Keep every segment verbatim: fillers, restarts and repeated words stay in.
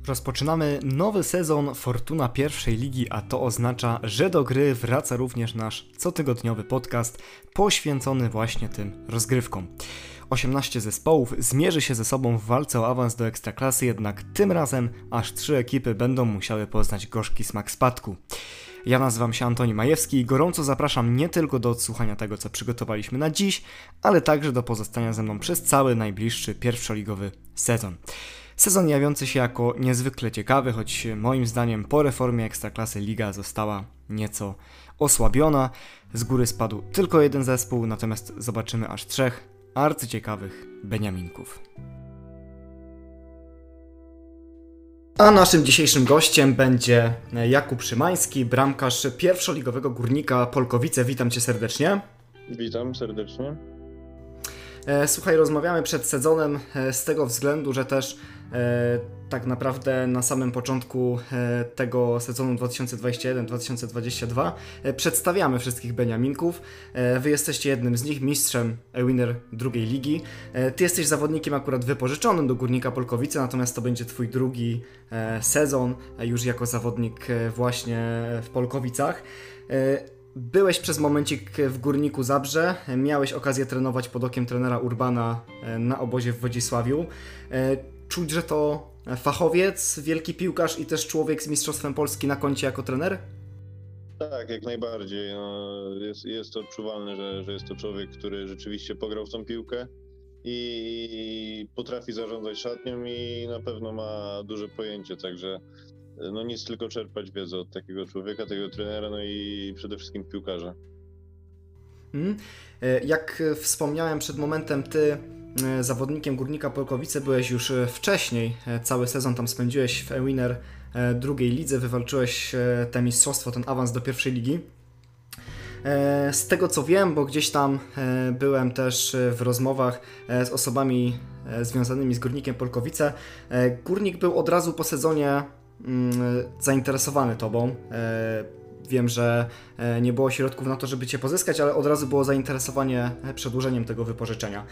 Rozpoczynamy nowy sezon Fortuna pierwszej ligi, a to oznacza, że do gry wraca również nasz cotygodniowy podcast poświęcony właśnie tym rozgrywkom. osiemnaście zespołów zmierzy się ze sobą w walce o awans do Ekstraklasy, jednak tym razem aż trzy ekipy będą musiały poznać gorzki smak spadku. Ja nazywam się Antoni Majewski i gorąco zapraszam nie tylko do odsłuchania tego, co przygotowaliśmy na dziś, ale także do pozostania ze mną przez cały najbliższy pierwszoligowy sezon. Sezon jawiący się jako niezwykle ciekawy, choć moim zdaniem po reformie Ekstraklasy liga została nieco osłabiona. Z góry spadł tylko jeden zespół, natomiast zobaczymy aż trzech arcyciekawych beniaminków. A naszym dzisiejszym gościem będzie Jakub Szymański, bramkarz pierwszoligowego Górnika Polkowice. Witam Cię serdecznie. Witam serdecznie. Słuchaj, rozmawiamy przed sezonem z tego względu, że też e, tak naprawdę na samym początku e, tego sezonu dwa tysiące dwudziestego pierwszego dwa tysiące dwudziestego drugiego e, przedstawiamy wszystkich beniaminków. E, wy jesteście jednym z nich, mistrzem e-winner drugiej ligi. E, ty jesteś zawodnikiem akurat wypożyczonym do Górnika Polkowice, natomiast to będzie twój drugi e, sezon e, już jako zawodnik e, właśnie w Polkowicach. E, Byłeś przez momencik w Górniku Zabrze, miałeś okazję trenować pod okiem trenera Urbana na obozie w Wodzisławiu. Czuć, że to fachowiec, wielki piłkarz i też człowiek z Mistrzostwem Polski na koncie jako trener? Tak, jak najbardziej. No, jest, jest to odczuwalne, że, że jest to człowiek, który rzeczywiście pograł w tą piłkę i potrafi zarządzać szatnią i na pewno ma duże pojęcie, także no nic, tylko czerpać wiedzę od takiego człowieka, tego trenera, no i przede wszystkim piłkarza. Hmm. Jak wspomniałem przed momentem, ty zawodnikiem Górnika Polkowice byłeś już wcześniej, cały sezon tam spędziłeś w e-winner drugiej lidze, wywalczyłeś te mistrzostwo, ten awans do pierwszej ligi. Z tego co wiem, bo gdzieś tam byłem też w rozmowach z osobami związanymi z Górnikiem Polkowice, Górnik był od razu po sezonie zainteresowany tobą. Wiem, że nie było środków na to, żeby cię pozyskać, ale od razu było zainteresowanie przedłużeniem tego wypożyczenia.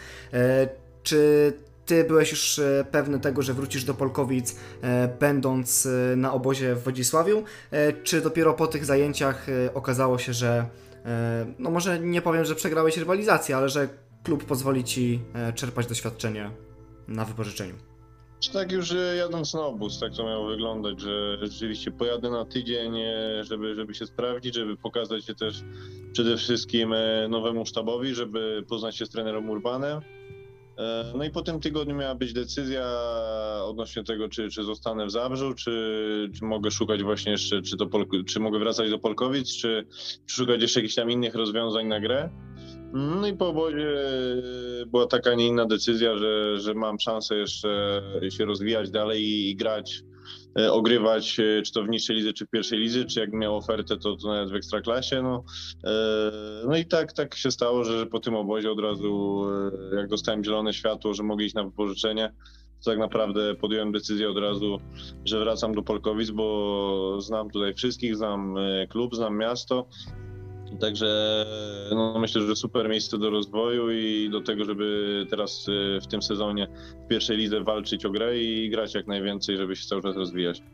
Czy ty byłeś już pewny tego, że wrócisz do Polkowic, będąc na obozie w Wodzisławiu, czy dopiero po tych zajęciach okazało się, że no może nie powiem, że przegrałeś rywalizację, ale że klub pozwoli ci czerpać doświadczenie na wypożyczeniu? Tak już jadąc na obóz, tak to miało wyglądać, że rzeczywiście pojadę na tydzień, żeby, żeby się sprawdzić, żeby pokazać się też przede wszystkim nowemu sztabowi, żeby poznać się z trenerem Urbanem. No i po tym tygodniu miała być decyzja odnośnie tego, czy, czy zostanę w Zabrzu, czy, czy mogę szukać właśnie jeszcze, czy, to Pol- czy mogę wracać do Polkowic, czy, czy szukać jeszcze jakichś tam innych rozwiązań na grę. No i po obozie była taka, a nie inna decyzja, że, że mam szansę jeszcze się rozwijać dalej i, i grać, ogrywać, czy to w niższej lidze, czy w pierwszej lidze, czy jak miał ofertę, to, to nawet w Ekstraklasie. No, no i tak, tak się stało, że, że po tym obozie od razu, jak dostałem zielone światło, że mogę iść na wypożyczenie, to tak naprawdę podjąłem decyzję od razu, że wracam do Polkowic, bo znam tutaj wszystkich, znam klub, znam miasto. Także no, myślę, że super miejsce do rozwoju i do tego, żeby teraz w tym sezonie w pierwszej lidze walczyć o grę i grać jak najwięcej, żeby się cały czas rozwijać.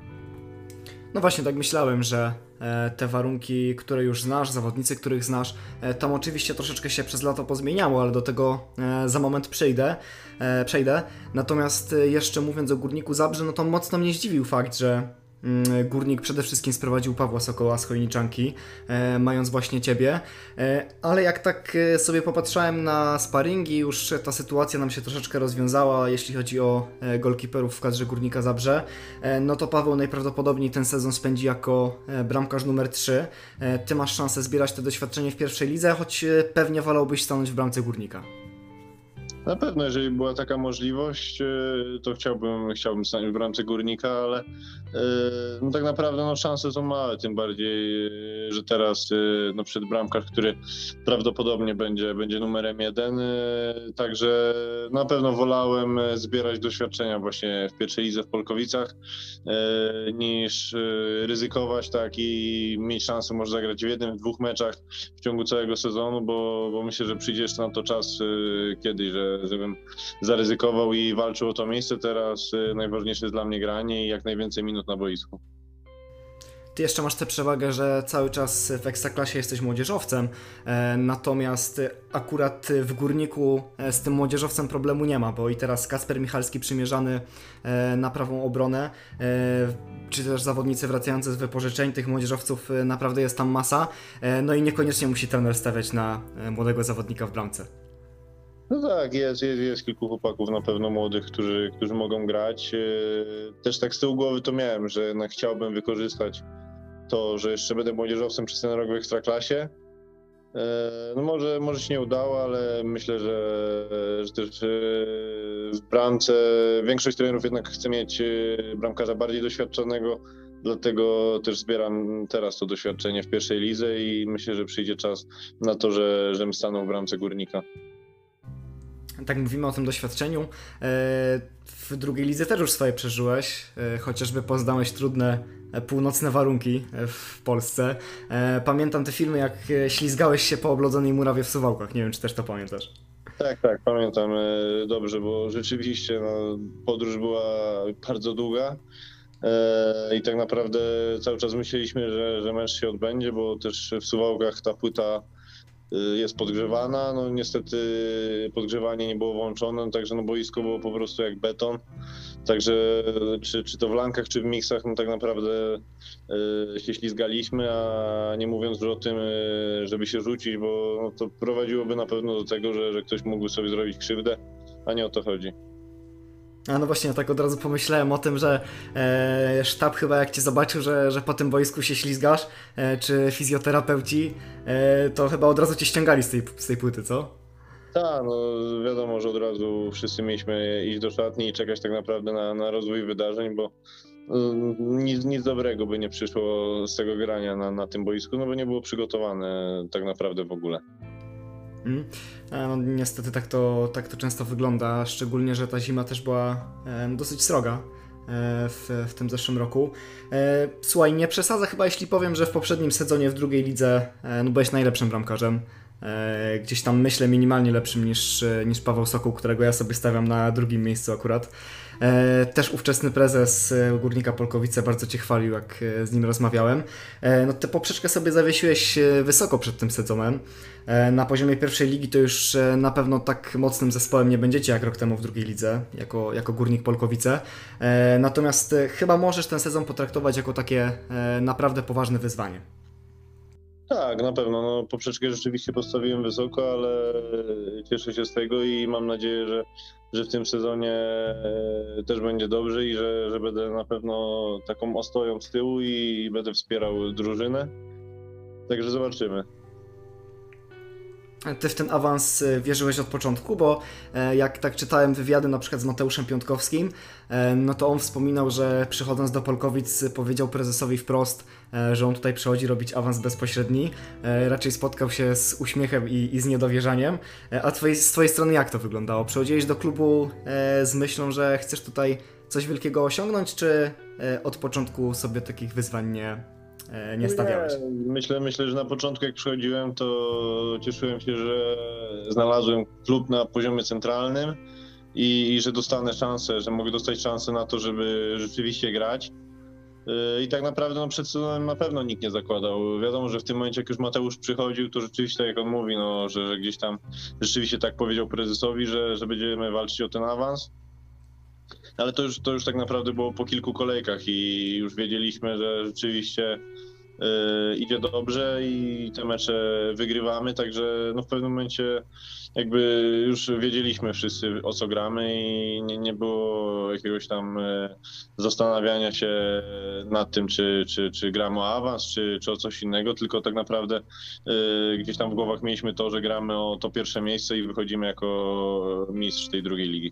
No właśnie, tak myślałem, że te warunki, które już znasz, zawodnicy, których znasz, tam oczywiście troszeczkę się przez lato pozmieniało, ale do tego za moment przejdę. przejdę. Natomiast jeszcze mówiąc o Górniku Zabrze, no to mocno mnie zdziwił fakt, że Górnik przede wszystkim sprowadził Pawła Sokoła z Chojniczanki, e, mając właśnie Ciebie, e, ale jak tak sobie popatrzałem na sparingi, już ta sytuacja nam się troszeczkę rozwiązała, jeśli chodzi o e, golkiperów w kadrze Górnika Zabrze, e, no to Paweł najprawdopodobniej ten sezon spędzi jako e, bramkarz numer trzy. E, ty masz szansę zbierać to doświadczenie w pierwszej lidze, choć e, pewnie wolałbyś stanąć w bramce Górnika. Na pewno, jeżeli była taka możliwość, to chciałbym, chciałbym stanąć w bramce Górnika, ale no tak naprawdę no, szanse są małe, tym bardziej, że teraz no, przed bramkarz, który prawdopodobnie będzie, będzie numerem jeden, także na pewno wolałem zbierać doświadczenia właśnie w pierwszej lidze w Polkowicach, niż ryzykować tak i mieć szansę może zagrać w jednym, w dwóch meczach w ciągu całego sezonu, bo, bo myślę, że przyjdzie jeszcze na to czas kiedyś, że żebym zaryzykował i walczył o to miejsce. Teraz najważniejsze jest dla mnie granie i jak najwięcej minut na boisku. Ty jeszcze masz tę przewagę, że cały czas w Ekstraklasie jesteś młodzieżowcem, e, natomiast akurat w Górniku z tym młodzieżowcem problemu nie ma, bo i teraz Kacper Michalski przymierzany e, na prawą obronę, e, czy też zawodnicy wracający z wypożyczeń, tych młodzieżowców e, naprawdę jest tam masa, e, no i niekoniecznie musi trener stawiać na e, młodego zawodnika w bramce. No tak, jest, jest, jest kilku chłopaków na pewno młodych, którzy, którzy mogą grać. Też tak z tyłu głowy to miałem, że jednak chciałbym wykorzystać to, że jeszcze będę młodzieżowcem przez ten rok w Ekstraklasie. No może, może się nie udało, ale myślę, że, że też w bramce większość trenerów jednak chce mieć bramkarza bardziej doświadczonego, dlatego też zbieram teraz to doświadczenie w pierwszej lidze i myślę, że przyjdzie czas na to, że, żebym stanął w bramce Górnika. Tak mówimy o tym doświadczeniu. W drugiej lidze też już swoje przeżyłeś, chociażby poznałeś trudne północne warunki w Polsce. Pamiętam te filmy, jak ślizgałeś się po oblodzonej murawie w Suwałkach. Nie wiem, czy też to pamiętasz. Tak, tak, pamiętam dobrze, bo rzeczywiście no, podróż była bardzo długa i tak naprawdę cały czas myśleliśmy, że, że mecz się odbędzie, bo też w Suwałkach ta płyta jest podgrzewana, no niestety podgrzewanie nie było włączone, także no boisko było po prostu jak beton, także czy, czy to w lankach, czy w miksach, no tak naprawdę y, się ślizgaliśmy, a nie mówiąc już o tym, y, żeby się rzucić, bo no, to prowadziłoby na pewno do tego, że, że ktoś mógłby sobie zrobić krzywdę, a nie o to chodzi. A no właśnie, ja tak od razu pomyślałem o tym, że e, sztab chyba jak cię zobaczył, że, że po tym boisku się ślizgasz, e, czy fizjoterapeuci, e, to chyba od razu cię ściągali z tej, z tej płyty, co? Tak, no wiadomo, że od razu wszyscy mieliśmy iść do szatni i czekać tak naprawdę na, na rozwój wydarzeń, bo y, nic, nic dobrego by nie przyszło z tego grania na, na tym boisku, no bo nie było przygotowane tak naprawdę w ogóle. Mm. No, niestety tak to, tak to często wygląda, szczególnie, że ta zima też była e, dosyć sroga e, w, w tym zeszłym roku. E, słuchaj, nie przesadzę chyba, jeśli powiem, że w poprzednim sezonie w drugiej lidze e, no, byłeś najlepszym bramkarzem. E, gdzieś tam myślę minimalnie lepszym niż, niż Paweł Sokół, którego ja sobie stawiam na drugim miejscu akurat. E, też ówczesny prezes Górnika Polkowice bardzo cię chwalił, jak z nim rozmawiałem. E, no tę poprzeczkę sobie zawiesiłeś wysoko przed tym sezonem. E, na poziomie pierwszej ligi to już na pewno tak mocnym zespołem nie będziecie jak rok temu w drugiej lidze, jako, jako Górnik Polkowice. E, natomiast chyba możesz ten sezon potraktować jako takie e, naprawdę poważne wyzwanie. Tak, na pewno. No, poprzeczkę rzeczywiście postawiłem wysoko, ale cieszę się z tego i mam nadzieję, że, że w tym sezonie też będzie dobrze i że, że będę na pewno taką ostoją z tyłu i będę wspierał drużynę. Także zobaczymy. Ty w ten awans wierzyłeś od początku, bo jak tak czytałem wywiady na przykład z Mateuszem Piątkowskim, no to on wspominał, że przychodząc do Polkowic powiedział prezesowi wprost, że on tutaj przychodzi robić awans bezpośredni. Raczej spotkał się z uśmiechem i, i z niedowierzaniem. A twojej, z twojej strony jak to wyglądało? Przychodziłeś do klubu z myślą, że chcesz tutaj coś wielkiego osiągnąć, czy od początku sobie takich wyzwań nie nie stawiałeś? Nie, myślę, myślę, że na początku jak przychodziłem, to cieszyłem się, że znalazłem klub na poziomie centralnym i, i że dostanę szansę, że mogę dostać szansę na to, żeby rzeczywiście grać. I tak naprawdę no, przed sezonem na pewno nikt nie zakładał. Wiadomo, że w tym momencie jak już Mateusz przychodził, to rzeczywiście tak jak on mówi, no, że, że gdzieś tam rzeczywiście tak powiedział prezesowi, że, że będziemy walczyć o ten awans. Ale to już, to już tak naprawdę było po kilku kolejkach i już wiedzieliśmy, że rzeczywiście y, idzie dobrze i te mecze wygrywamy, także no w pewnym momencie jakby już wiedzieliśmy wszyscy, o co gramy i nie, nie było jakiegoś tam y, zastanawiania się nad tym, czy, czy, czy gramy o awans, czy, czy o coś innego, tylko tak naprawdę y, gdzieś tam w głowach mieliśmy to, że gramy o to pierwsze miejsce i wychodzimy jako mistrz tej drugiej ligi.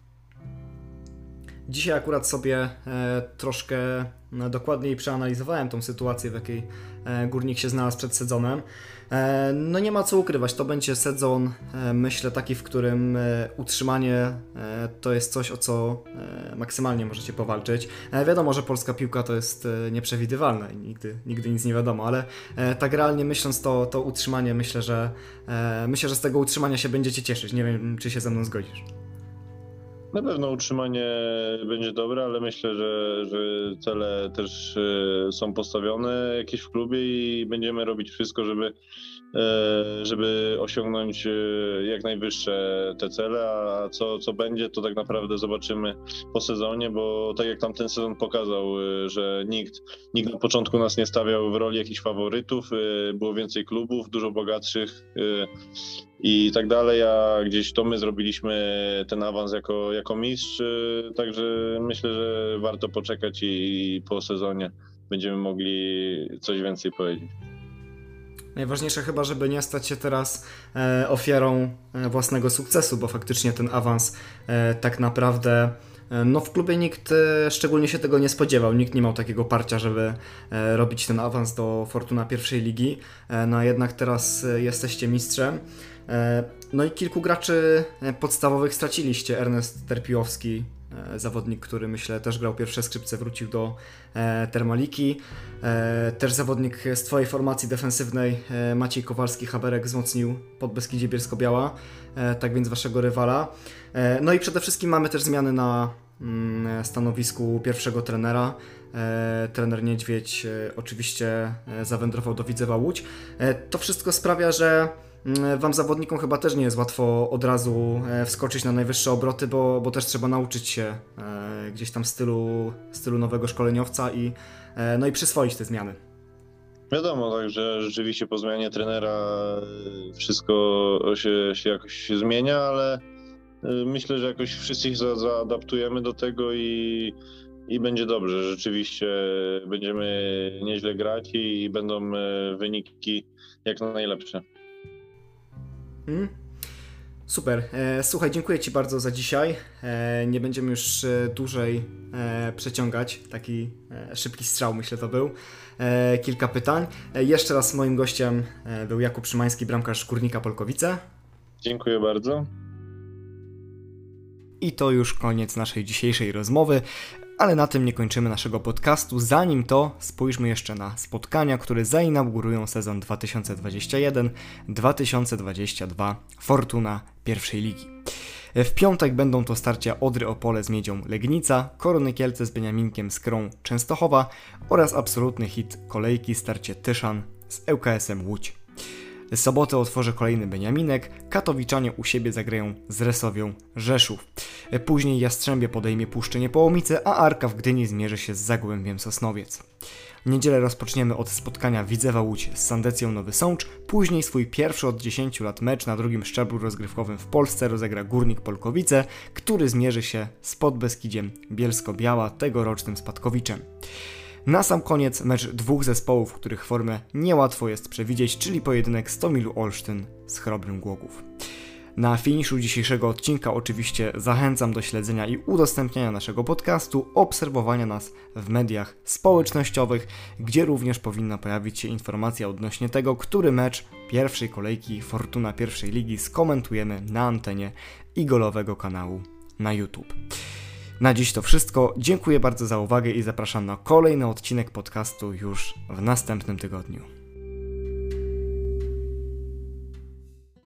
Dzisiaj akurat sobie e, troszkę e, dokładniej przeanalizowałem tą sytuację, w jakiej e, Górnik się znalazł przed sezonem. E, no nie ma co ukrywać, to będzie sezon, e, myślę, taki, w którym e, utrzymanie e, to jest coś, o co e, maksymalnie możecie powalczyć. E, wiadomo, że polska piłka to jest e, nieprzewidywalne i nigdy, nigdy nic nie wiadomo, ale e, tak realnie myśląc, to, to utrzymanie, myślę, że e, myślę, że z tego utrzymania się będziecie cieszyć. Nie wiem, czy się ze mną zgodzisz. Na pewno utrzymanie będzie dobre, ale myślę, że, że cele też są postawione jakieś w klubie i będziemy robić wszystko, żeby, żeby osiągnąć jak najwyższe te cele, a co, co będzie, to tak naprawdę zobaczymy po sezonie, bo tak jak tamten sezon pokazał, że nikt, nikt na początku nas nie stawiał w roli jakichś faworytów, było więcej klubów, dużo bogatszych i tak dalej, a gdzieś to my zrobiliśmy ten awans jako, jako mistrz, także myślę, że warto poczekać i po sezonie będziemy mogli coś więcej powiedzieć. Najważniejsze chyba, żeby nie stać się teraz e, ofiarą e, własnego sukcesu, bo faktycznie ten awans e, tak naprawdę e, no w klubie nikt e, szczególnie się tego nie spodziewał, nikt nie miał takiego parcia, żeby e, robić ten awans do Fortuna pierwszej ligi, e, no a jednak teraz e, jesteście mistrzem. E, no i kilku graczy podstawowych straciliście. Ernest Terpiłowski, e, zawodnik, który myślę też grał pierwsze skrzypce, wrócił do e, Termaliki. E, też zawodnik z twojej formacji defensywnej, e, Maciej Kowalski-Haberek, wzmocnił Podbeskidzie Bielsko-Biała, e, tak więc waszego rywala. E, no i przede wszystkim mamy też zmiany na mm, stanowisku pierwszego trenera. E, trener Niedźwiedź e, oczywiście e, zawędrował do Widzewa Łódź. E, to wszystko sprawia, że wam zawodnikom chyba też nie jest łatwo od razu wskoczyć na najwyższe obroty, bo, bo też trzeba nauczyć się e, gdzieś tam stylu, stylu nowego szkoleniowca i, e, no i przyswoić te zmiany. Wiadomo, także rzeczywiście po zmianie trenera wszystko się, się jakoś zmienia, ale myślę, że jakoś wszyscy się za, zaadaptujemy do tego i, i będzie dobrze. Rzeczywiście będziemy nieźle grać i, i będą wyniki jak najlepsze. Hmm. Super. E, słuchaj, dziękuję Ci bardzo za dzisiaj. E, nie będziemy już e, dłużej e, przeciągać. Taki e, szybki strzał, myślę, to był. E, kilka pytań. E, jeszcze raz moim gościem e, był Jakub Szymański, bramkarz Górnika Polkowice. Dziękuję bardzo. I to już koniec naszej dzisiejszej rozmowy. Ale na tym nie kończymy naszego podcastu. Zanim to, spójrzmy jeszcze na spotkania, które zainaugurują sezon dwa tysiące dwudziesty pierwszy dwa tysiące dwudziesty drugi Fortuna pierwszej ligi. W piątek będą to starcia Odry Opole z Miedzią Legnica, Korony Kielce z Beniaminkiem Skrą Częstochowa oraz absolutny hit kolejki starcie Tyszan z L K S-em Łódź. Sobotę otworzy kolejny Beniaminek, Katowiczanie u siebie zagrają z Resowią Rzeszów. Później Jastrzębie podejmie Puszczę Niepołomice, a Arka w Gdyni zmierzy się z Zagłębiem Sosnowiec. W niedzielę rozpoczniemy od spotkania Widzewa Łódź z Sandecją Nowy Sącz, później swój pierwszy od dziesięciu lat mecz na drugim szczeblu rozgrywkowym w Polsce rozegra Górnik Polkowice, który zmierzy się z Podbeskidziem Bielsko-Biała, tegorocznym spadkowiczem. Na sam koniec mecz dwóch zespołów, których formę niełatwo jest przewidzieć, czyli pojedynek Stomilu Olsztyn z Chrobrym Głogów. Na finiszu dzisiejszego odcinka oczywiście zachęcam do śledzenia i udostępniania naszego podcastu, obserwowania nas w mediach społecznościowych, gdzie również powinna pojawić się informacja odnośnie tego, który mecz pierwszej kolejki Fortuna pierwszej ligi skomentujemy na antenie igolowego kanału na YouTube. Na dziś to wszystko. Dziękuję bardzo za uwagę i zapraszam na kolejny odcinek podcastu już w następnym tygodniu.